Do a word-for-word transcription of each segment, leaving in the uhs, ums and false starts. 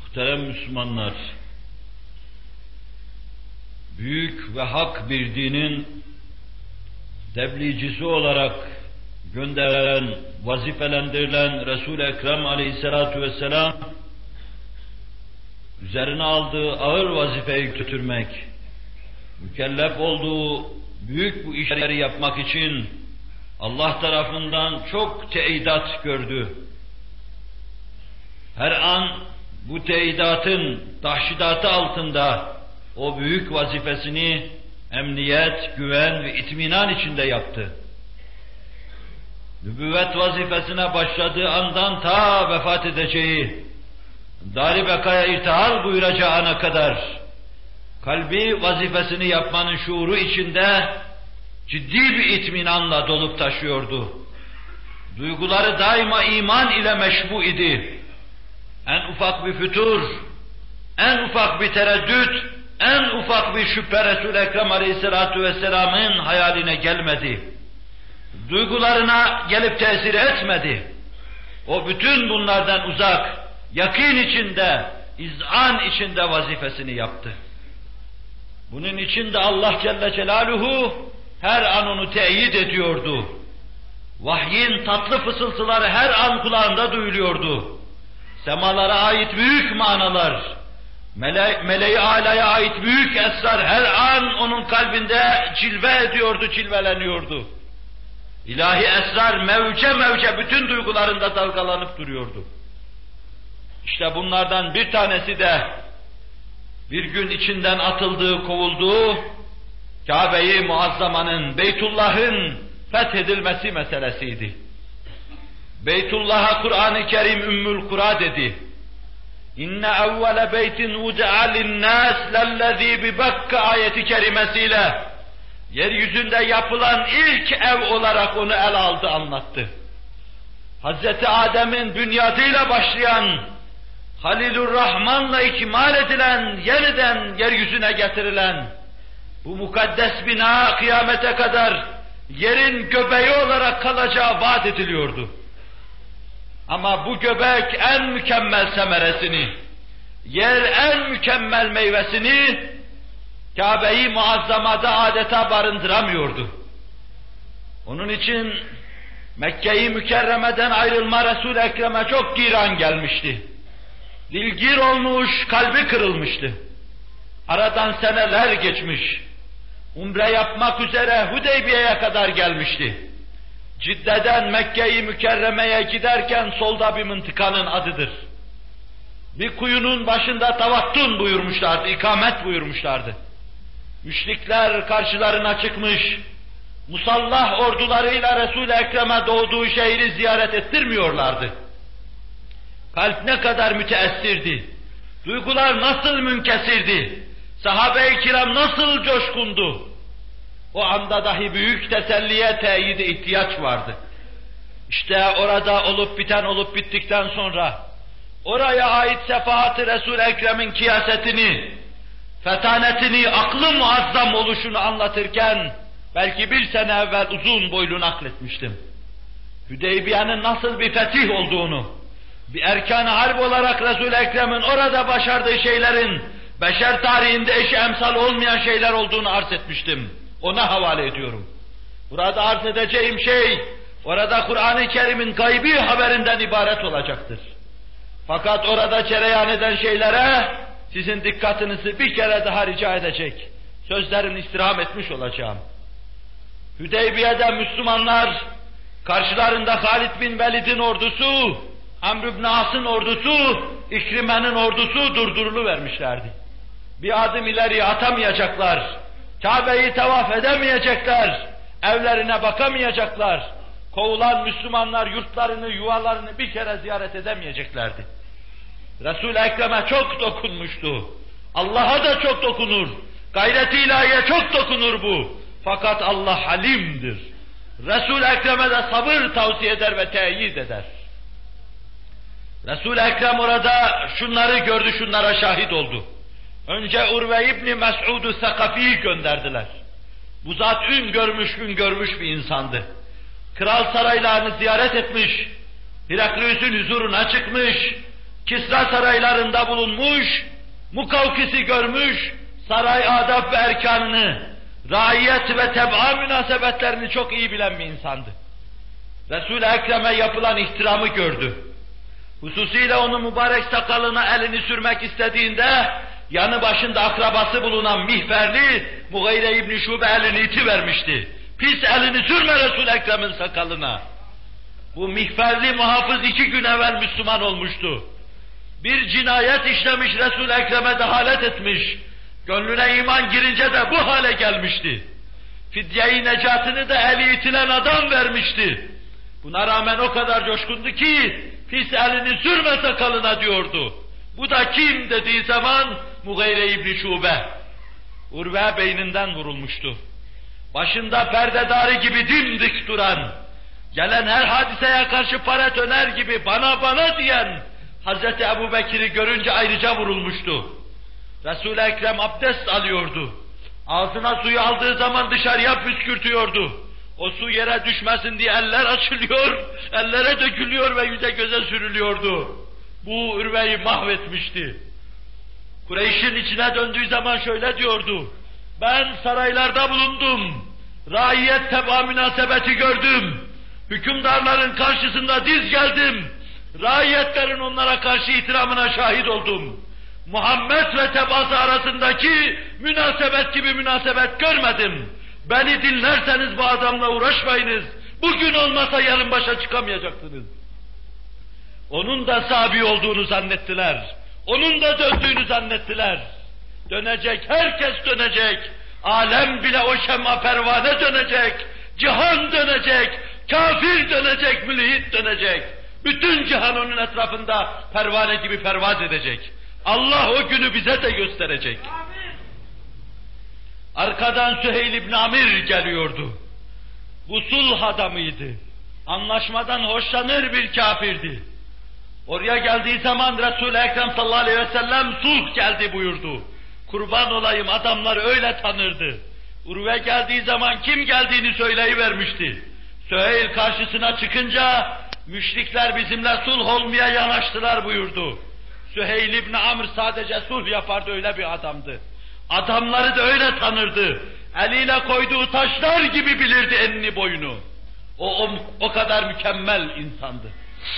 Muhterem Müslümanlar, büyük ve hak bir dinin tebliğcisi olarak gönderilen, vazifelendirilen Resul-i Ekrem Aleyhisselatü Vesselam, üzerine aldığı ağır vazifeyi götürmek, mükellef olduğu büyük bu işleri yapmak için Allah tarafından çok teyidat gördü. Her an bu teyidatın tahşidatı altında o büyük vazifesini emniyet, güven ve itminan içinde yaptı. Nübüvvet vazifesine başladığı andan ta vefat edeceği, dar-ı bekaya irtihal buyuracağı ana kadar kalbi vazifesini yapmanın şuuru içinde ciddi bir itminanla dolup taşıyordu. Duyguları daima iman ile meşbu idi. En ufak bir fütur, en ufak bir tereddüt, en ufak bir şüphe Resul-i Ekrem Aleyhisselatü Vesselam'ın hayaline gelmedi. Duygularına gelip tesir etmedi. O bütün bunlardan uzak, yakîn içinde, izan içinde vazifesini yaptı. Bunun için de Allah Celle Celaluhu her an onu teyit ediyordu. Vahyin tatlı fısıltıları her an kulağında duyuluyordu. Semalara ait büyük manalar, mele meleği alaya ait büyük esrar her an onun kalbinde cilve ediyordu, cilveleniyordu. İlahi esrar mevce mevce bütün duygularında dalgalanıp duruyordu. İşte bunlardan bir tanesi de bir gün içinden atıldığı, kovulduğu Kabe-i Muazzama'nın, Beytullah'ın fethedilmesi meselesiydi. Beytullah'a Kur'an-ı Kerim Ümmül Kura dedi. İnne evvele beytin vudi'a linnâs lellezî bi Bekka ayeti kerimesiyle yeryüzünde yapılan ilk ev olarak onu ele aldı, anlattı. Hazreti Adem'in bünyadıyla başlayan, Halilur Rahman'la ikmal edilen, yeniden yeryüzüne getirilen bu mukaddes bina kıyamete kadar yerin göbeği olarak kalacağı vaat ediliyordu. Ama bu göbek en mükemmel semeresini, yer en mükemmel meyvesini Kabe-i Muazzama'da adeta barındıramıyordu. Onun için Mekke-i Mükerreme'den ayrılma Resul-i Ekrem'e çok giran gelmişti. Dilgir olmuş, kalbi kırılmıştı. Aradan seneler geçmiş. Umre yapmak üzere Hudeybiye'ye kadar gelmişti. Cidde'den Mekke-i Mükerreme'ye giderken solda bir mıntıkanın adıdır. Bir kuyunun başında tavattun buyurmuşlardı, ikamet buyurmuşlardı. Müşrikler karşılarına çıkmış, musallah ordularıyla Resul-i Ekrem'e doğduğu şehri ziyaret ettirmiyorlardı. Kalp ne kadar müteessirdi, duygular nasıl münkesirdi, sahabe-i kiram nasıl coşkundu. O anda dahi büyük teselliye, teyide ihtiyaç vardı. İşte orada olup biten olup bittikten sonra, oraya ait sefahat-ı Resul-i Ekrem'in kiyasetini, fetanetini, aklı muazzam oluşunu anlatırken, belki bir sene evvel uzun boylu nakletmiştim. Hüdeybiye'nin nasıl bir fetih olduğunu, bir erkan-ı harp olarak Resul-i Ekrem'in orada başardığı şeylerin, beşer tarihinde eşi emsal olmayan şeyler olduğunu arz etmiştim. Ona havale ediyorum. Burada arz edeceğim şey, orada Kur'an-ı Kerim'in gaybi haberinden ibaret olacaktır. Fakat orada cereyan eden şeylere, sizin dikkatinizi bir kere daha rica edecek, sözlerimi istirham etmiş olacağım. Hüdeybiye'de Müslümanlar, karşılarında Halid bin Velid'in ordusu, Amr ibn As'ın ordusu, İkrime'nin ordusu durduruluvermişlerdi. Bir adım ileriye atamayacaklar, Kabe'yi tavaf edemeyecekler, evlerine bakamayacaklar, kovulan Müslümanlar yurtlarını, yuvalarını bir kere ziyaret edemeyeceklerdi. Resul-i Ekrem'e çok dokunmuştu. Allah'a da çok dokunur. Gayret-i ilahiye çok dokunur bu. Fakat Allah halimdir. Resul-i Ekrem'e de sabır tavsiye eder ve teyit eder. Resul-i Ekrem orada şunları gördü, şunlara şahit oldu. Önce Urve İbni Mes'ud-u Sekafi'yi gönderdiler. Bu zat ün görmüş, gün görmüş bir insandı. Kral saraylarını ziyaret etmiş, Heraklius'un huzuruna çıkmış, Kisra saraylarında bulunmuş, Mukavkis'i görmüş, saray adab ve erkanını, raiyet ve tebaa münasebetlerini çok iyi bilen bir insandı. Resul-i Ekrem'e yapılan ihtiramı gördü. Hususiyle onun mübarek sakalına elini sürmek istediğinde, yanı başında akrabası bulunan Mihverli, Mughire İbn-i Şube elini itivermişti. Pis elini sürme Resul-i Ekrem'in sakalına. Bu Mihverli muhafız iki gün evvel Müslüman olmuştu. Bir cinayet işlemiş, Resul-i Ekrem'e dehalet etmiş. Gönlüne iman girince de bu hale gelmişti. Fidye-i necatını da eli itilen adam vermişti. Buna rağmen o kadar coşkundu ki, pis elini sürme sakalına diyordu. Bu da kim dediği zaman, Mughire İbn-i Şube. Urve beyninden vurulmuştu. Başında perdedarı gibi dimdik duran, gelen her hadiseye karşı para döner gibi bana bana diyen Hazreti Ebu Bekir'i görünce ayrıca vurulmuştu. Resul-i Ekrem abdest alıyordu. Ağzına suyu aldığı zaman dışarıya püskürtüyordu. O su yere düşmesin diye eller açılıyor, ellere dökülüyor ve yüze göze sürülüyordu. Bu Ürve'yi mahvetmişti. Kureyş'in içine döndüğü zaman şöyle diyordu: ben saraylarda bulundum, raiyet tebaa münasebeti gördüm, hükümdarların karşısında diz geldim, raiyetlerin onlara karşı itiramına şahit oldum. Muhammed ve tebaası arasındaki münasebet gibi münasebet görmedim. Beni dinlerseniz bu adamla uğraşmayınız. Bugün olmasa yarın başa çıkamayacaksınız. Onun da sahabi olduğunu zannettiler. Onun da döndüğünü zannettiler. Dönecek, herkes dönecek. Alem bile o şema pervane dönecek. Cihan dönecek. Kafir dönecek, mülhit dönecek. Bütün cihan onun etrafında pervane gibi pervaz edecek. Allah o günü bize de gösterecek. Arkadan Süheyl İbn Amir geliyordu. Bu sulh adamıydı. Anlaşmadan hoşlanır bir kafirdi. Oraya geldiği zaman Resul-i Ekrem sallallahu aleyhi ve sellem sulh geldi buyurdu. Kurban olayım, adamlar öyle tanırdı. Urve geldiği zaman kim geldiğini söyleyivermişti. Süheyl karşısına çıkınca müşrikler bizimle sulh olmaya yanaştılar buyurdu. Süheyl İbn Amr sadece sulh yapardı, öyle bir adamdı. Adamları da öyle tanırdı. Eliyle koyduğu taşlar gibi bilirdi enini boyunu. O, o, o kadar mükemmel insandı.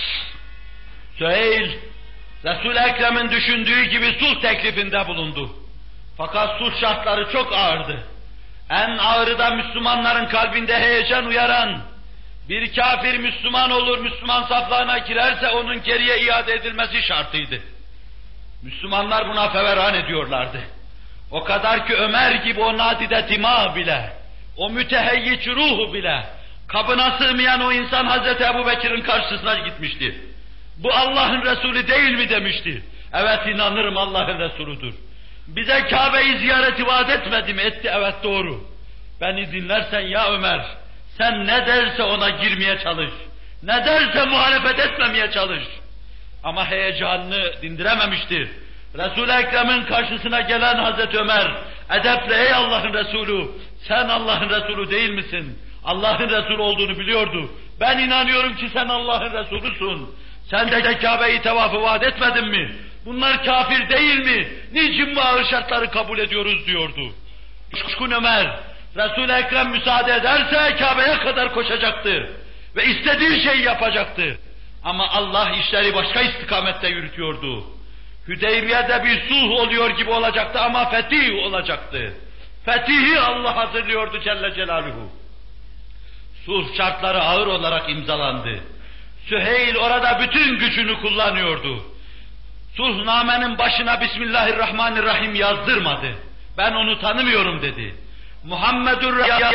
Süheyl, Resul-i Ekrem'in düşündüğü gibi sulh teklifinde bulundu. Fakat sulh şartları çok ağırdı. En ağırı da Müslümanların kalbinde heyecan uyaran, bir kafir Müslüman olur, Müslüman saflarına girerse onun geriye iade edilmesi şartıydı. Müslümanlar buna feveran ediyorlardı. O kadar ki Ömer gibi o nadide dima bile, o müteheyyiç ruhu bile, kabına sığmayan o insan Hazreti Ebu Bekir'in karşısına gitmişti. Bu Allah'ın Resulü değil mi demişti. Evet, inanırım Allah'ın Resulüdür. Bize Kabe'yi ziyareti vaat etmedi mi? Etti, evet doğru. Beni dinlersen ya Ömer, sen ne derse ona girmeye çalış. Ne derse muhalefet etmemeye çalış. Ama heyecanını dindirememiştir. Resul-i Ekrem'in karşısına gelen Hazreti Ömer, edeple ey Allah'ın Resulü, sen Allah'ın Resulü değil misin? Allah'ın Resulü olduğunu biliyordu. Ben inanıyorum ki sen Allah'ın Resulüsün. Sen de Kabe'yi tevafı vaat etmedin mi? Bunlar kafir değil mi? Niçin bu ağır şartları kabul ediyoruz diyordu. Kuşkun Ömer, Resul-i Ekrem müsaade ederse Kabe'ye kadar koşacaktı. Ve istediği şeyi yapacaktı. Ama Allah işleri başka istikamette yürütüyordu. Hüdeybiye'de bir sulh oluyor gibi olacaktı ama fetih olacaktı. Fetihi Allah hazırlıyordu Celle Celaluhu. Sulh şartları ağır olarak imzalandı. Süheyl orada bütün gücünü kullanıyordu. Sulhnamenin başına Bismillahirrahmanirrahim yazdırmadı. Ben onu tanımıyorum dedi. Muhammedur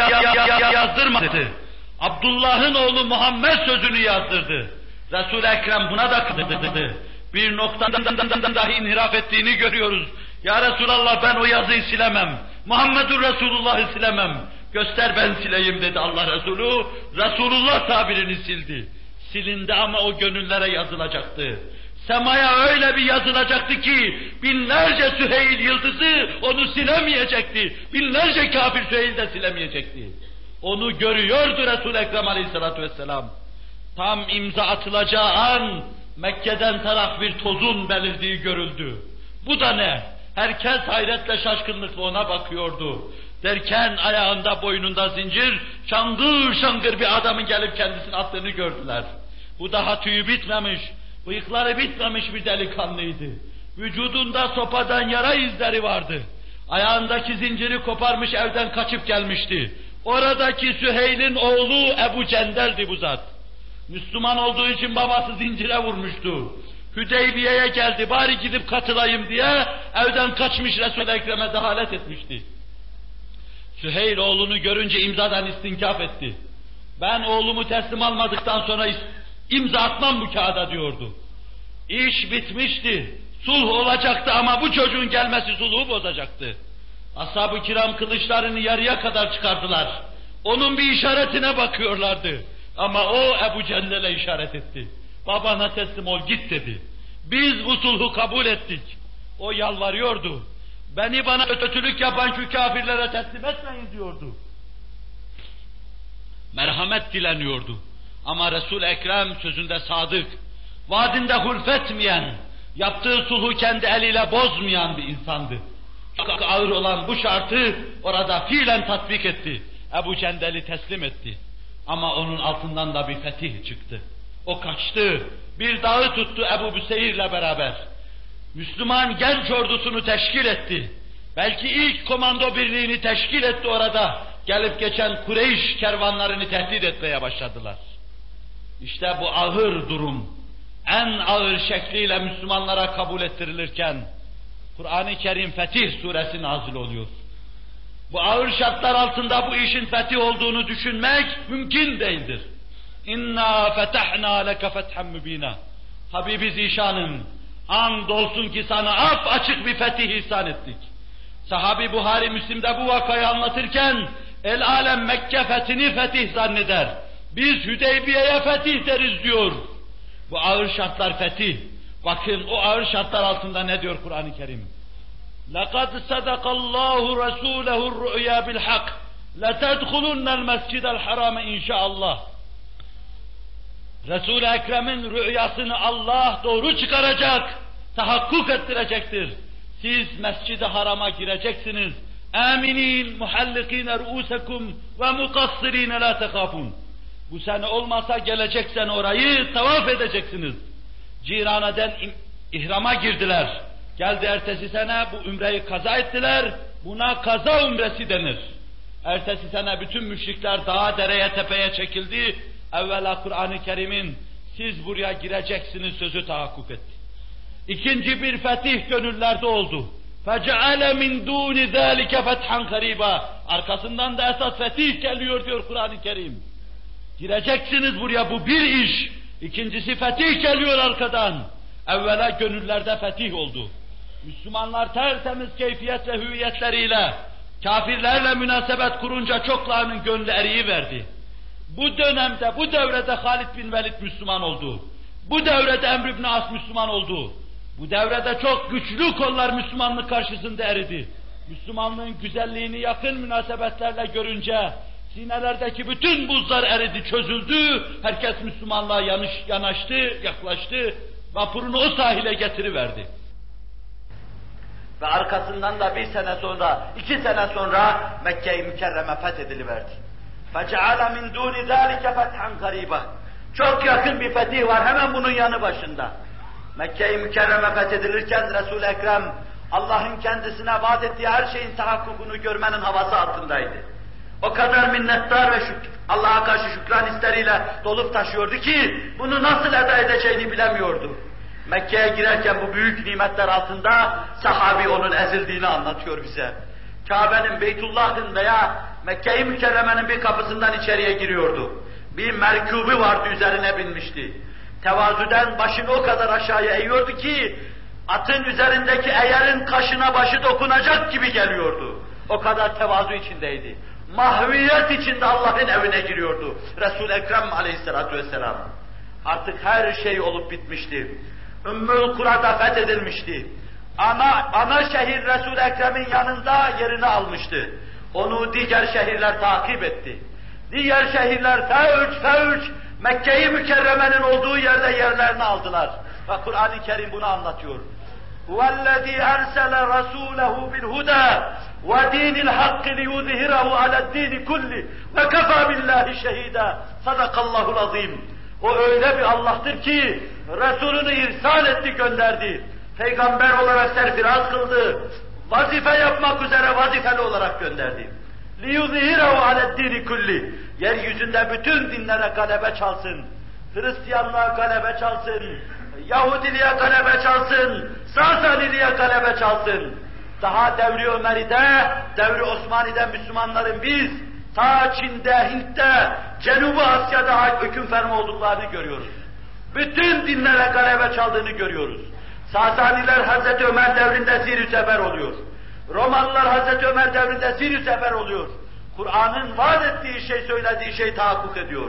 yazdırmadı. Abdullah'ın oğlu Muhammed sözünü yazdırdı. Resul-i Ekrem buna da kızdırdı. Bir noktadan dahi inhiraf ettiğini görüyoruz. Ya Resulallah, ben o yazıyı silemem. Muhammedur Resulullah'ı silemem. Göster ben sileyim dedi Allah Resulü. Resulullah tabirini sildi. Silindi ama o gönüllere yazılacaktı. Semaya öyle bir yazılacaktı ki binlerce Süheyl yıldızı onu silemeyecekti. Binlerce kafir Süheyl de silemeyecekti. Onu görüyordu Resul-i Ekrem aleyhissalatu vesselam. Tam imza atılacağı an Mekke'den taraf bir tozun belirdiği görüldü. Bu da ne? Herkes hayretle şaşkınlıkla ona bakıyordu. Derken ayağında boynunda zincir, şangır şangır bir adamın gelip kendisini attığını gördüler. Bu daha tüyü bitmemiş, bıyıkları bitmemiş bir delikanlıydı. Vücudunda sopadan yara izleri vardı. Ayağındaki zinciri koparmış evden kaçıp gelmişti. Oradaki Süheyl'in oğlu Ebu Cendel'di bu zat. Müslüman olduğu için babası zincire vurmuştu. Hüdeybiye'ye geldi, bari gidip katılayım diye evden kaçmış Resul-i Ekrem'e dehalet etmişti. Süheyl oğlunu görünce imzadan istinkaf etti. Ben oğlumu teslim almadıktan sonra imza atmam bu kağıda diyordu. İş bitmişti, sulh olacaktı ama bu çocuğun gelmesi sulhu bozacaktı. Ashab-ı kiram kılıçlarını yarıya kadar çıkardılar. Onun bir işaretine bakıyorlardı. Ama o Ebu Cendel'e işaret etti. Babana teslim ol git dedi. Biz bu sulhu kabul ettik. O yalvarıyordu. Beni bana kötülük yapan şu kafirlere teslim etmeyin diyordu. Merhamet dileniyordu. Ama Resul-i Ekrem sözünde sadık, vaadinde hulfetmeyen, yaptığı sulhu kendi eliyle bozmayan bir insandı. Çok ağır olan bu şartı orada fiilen tatbik etti. Ebu Cendel'i teslim etti. Ama onun altından da bir fetih çıktı. O kaçtı, bir dağı tuttu Ebu Büseyr'le beraber. Müslüman genç ordusunu teşkil etti. Belki ilk komando birliğini teşkil etti orada. Gelip geçen Kureyş kervanlarını tehdit etmeye başladılar. İşte bu ağır durum, en ağır şekliyle Müslümanlara kabul ettirilirken, Kur'an-ı Kerim Fetih suresi nazil oluyor. Bu ağır şartlar altında bu işin fetih olduğunu düşünmek mümkün değildir. İnna fetahna leke fethen mübina. Habibi Zişan'ım, andolsun ki sana ap açık bir fetih ihsan ettik. Sahabi Buhari Müslim'de bu vakayı anlatırken, el alem Mekke fethini fetih zanneder. Biz Hüdeybiye'ye fetih deriz diyor. Bu ağır şartlar fetih. Bakın o ağır şartlar altında ne diyor Kur'an-ı Kerim? لَقَدْ صَدَقَ اللّٰهُ رَسُولَهُ الرُّؤْيَا بِالْحَقِّ لَتَدْخُلُنَّ الْمَسْجِدَ الْحَرَامَ inşaallah. Resul-i Ekrem'in rüyasını Allah doğru çıkaracak, tahakkuk ettirecektir. Siz Mescid-i Haram'a gireceksiniz. Aminin muhallikine ruusekum ve mukassirine la tekafun. Bu sene olmasa gelecek sene orayı tavaf edeceksiniz. Cirane'den ihrama girdiler. Geldi ertesi sene bu ümreyi kaza ettiler. Buna kaza umresi denir. Ertesi sene bütün müşrikler dağa, dereye, tepeye çekildi. Evvela Kur'an-ı Kerim'in siz buraya gireceksiniz sözü tahakkuk etti. İkinci bir fetih gönüllerde oldu. فَجَعَلَ مِنْ دُونِ ذَٰلِكَ فَتْحًا قَرِيبًا. Arkasından da esas fetih geliyor diyor Kur'an-ı Kerim. Gireceksiniz buraya, bu bir iş. İkincisi fetih geliyor arkadan. Evvela gönüllerde fetih oldu. Müslümanlar tertemiz keyfiyet ve hüviyetleriyle kafirlerle münasebet kurunca çoklarının gönlü eriyiverdi. Bu dönemde, bu devrede Halid bin Velid Müslüman oldu. Bu devrede Emr ibn As Müslüman oldu. Bu devrede çok güçlü kollar Müslümanlık karşısında eridi. Müslümanlığın güzelliğini yakın münasebetlerle görünce sinelerdeki bütün buzlar eridi, çözüldü. Herkes Müslümanlığa yanış, yanaştı, yaklaştı. Vapurunu o sahile getiriverdi. Ve arkasından da bir sene sonra, iki sene sonra Mekke-i Mükerreme fethediliverdi. فَجَعَلَ مِنْ دُونِ ذَٰلِكَ فَتْحًا قَرِيبًا. Çok yakın bir fetih var hemen bunun yanı başında. Mekke-i Mükerreme fethedilirken Resul-i Ekrem Allah'ın kendisine vaat ettiği her şeyin tahakkukunu görmenin havası altındaydı. O kadar minnettar ve şükür, Allah'a karşı şükran hisleriyle dolup taşıyordu ki bunu nasıl eda edeceğini bilemiyordu. Mekke'ye girerken bu büyük nimetler altında sahabi onun ezildiğini anlatıyor bize. Kabe'nin, Beytullah'ın veya Mekke-i Mükerreme'nin bir kapısından içeriye giriyordu. Bir merkubu vardı, üzerine binmişti. Tevazüden başını o kadar aşağıya eğiyordu ki atın üzerindeki eğerin kaşına başı dokunacak gibi geliyordu. O kadar tevazu içindeydi. Mahviyet içinde Allah'ın evine giriyordu Resul-i Ekrem aleyhissalatu vesselam. Artık her şey olup bitmişti. Ümmül Kura'da fethedilmişti. Ana, ana şehir Resul-i Ekrem'in yanında yerini almıştı. Onu diğer şehirler takip etti. Diğer şehirler fevç fevç Mekke-i Mükerreme'nin olduğu yerde yerlerini aldılar. Ve Kur'an-ı Kerim bunu anlatıyor. وَالَّذ۪ي أَرْسَلَ رَسُولَهُ بِالْهُدَى وَد۪ينِ الْحَقِّ لِيُظْهِرَهُ عَلَى الد۪ينِ كُلِّ وَكَفَى بِاللّٰهِ شَه۪يدًا صَدَقَ اللّٰهُ الْعَظ۪يمُ. O öyle bir Allah'tır ki Resulünü irsal etti, gönderdi. Peygamber olarak serfiraz kıldı. Vazife yapmak üzere vazifeli olarak gönderdi. لِيُظْهِرَهُ عَلَى الد۪ينِ كُلِّ. Yeryüzünde bütün dinlere galebe çalsın. Hristiyanlığa galebe çalsın. Yahudiliğe galebe çalsın. Sasaniliğe galebe çalsın. Daha devri Ömer'de, devri Osmani'de Müslümanların biz ta Çin'de, Hint'te, Cenubu Asya'da hüküm fermi olduklarını görüyoruz. Bütün dinlere galebe çaldığını görüyoruz. Sasaniler Hazreti Ömer devrinde zir-i sefer oluyor. Romalılar Hazreti Ömer devrinde zir-i sefer oluyor. Kur'an'ın vaat ettiği şey, söylediği şey tahakkuk ediyor.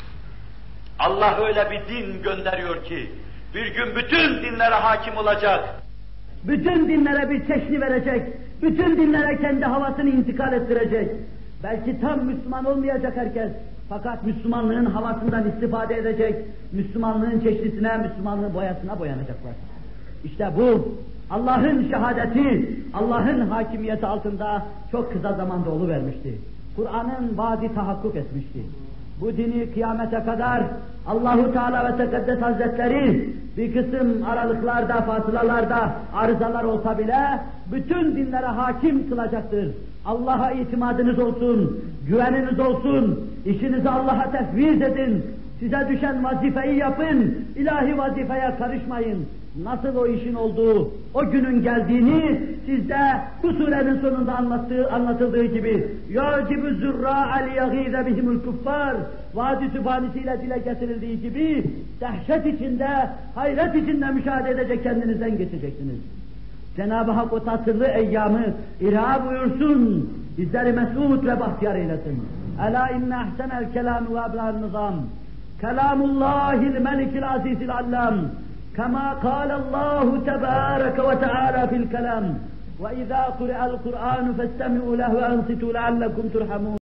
Allah öyle bir din gönderiyor ki, bir gün bütün dinlere hakim olacak. Bütün dinlere bir çeşni verecek. Bütün dinlere kendi havasını intikal ettirecek. Belki tam Müslüman olmayacak herkes. Fakat Müslümanlığın havasından istifade edecek. Müslümanlığın çeşnisine, Müslümanlığın boyasına boyanacaklar. İşte bu Allah'ın şehadeti, Allah'ın hakimiyeti altında çok kısa zamanda oluvermişti. Kur'an'ın vaadi tahakkuk etmişti. Bu dini kıyamete kadar Allahu Teala ve Tekaddes Hazretleri bir kısım aralıklarda, fasılalarda arızalar olsa bile bütün dinlere hakim kılacaktır. Allah'a itimadınız olsun, güveniniz olsun, işinizi Allah'a tefviz edin, size düşen vazifeyi yapın, ilahi vazifeye karışmayın. Nasıl o işin olduğu, o günün geldiğini sizde bu surenin sonunda anlattığı, anlatıldığı gibi يَعْجِبُ الزُّرَّاءَ لِيَغِيذَ بِهِمُ الْكُفَّارِ Vadi sübhanesiyle dile getirildiği gibi dehşet içinde, hayret içinde müşahede edecek, kendinizden geçeceksiniz. Cenab-ı Hak o tasırlı eyyamı irha buyursun, bizleri mesut ve bahtiyar eylesin. Ela inne ahsenel kelamü ve ebla'n nizam. Kelamullahil melikil azizil allam. كما قال الله تبارك وتعالى في الكلام وإذا قرئ القرآن فاستمعوا له وأنصتوا لعلكم ترحمون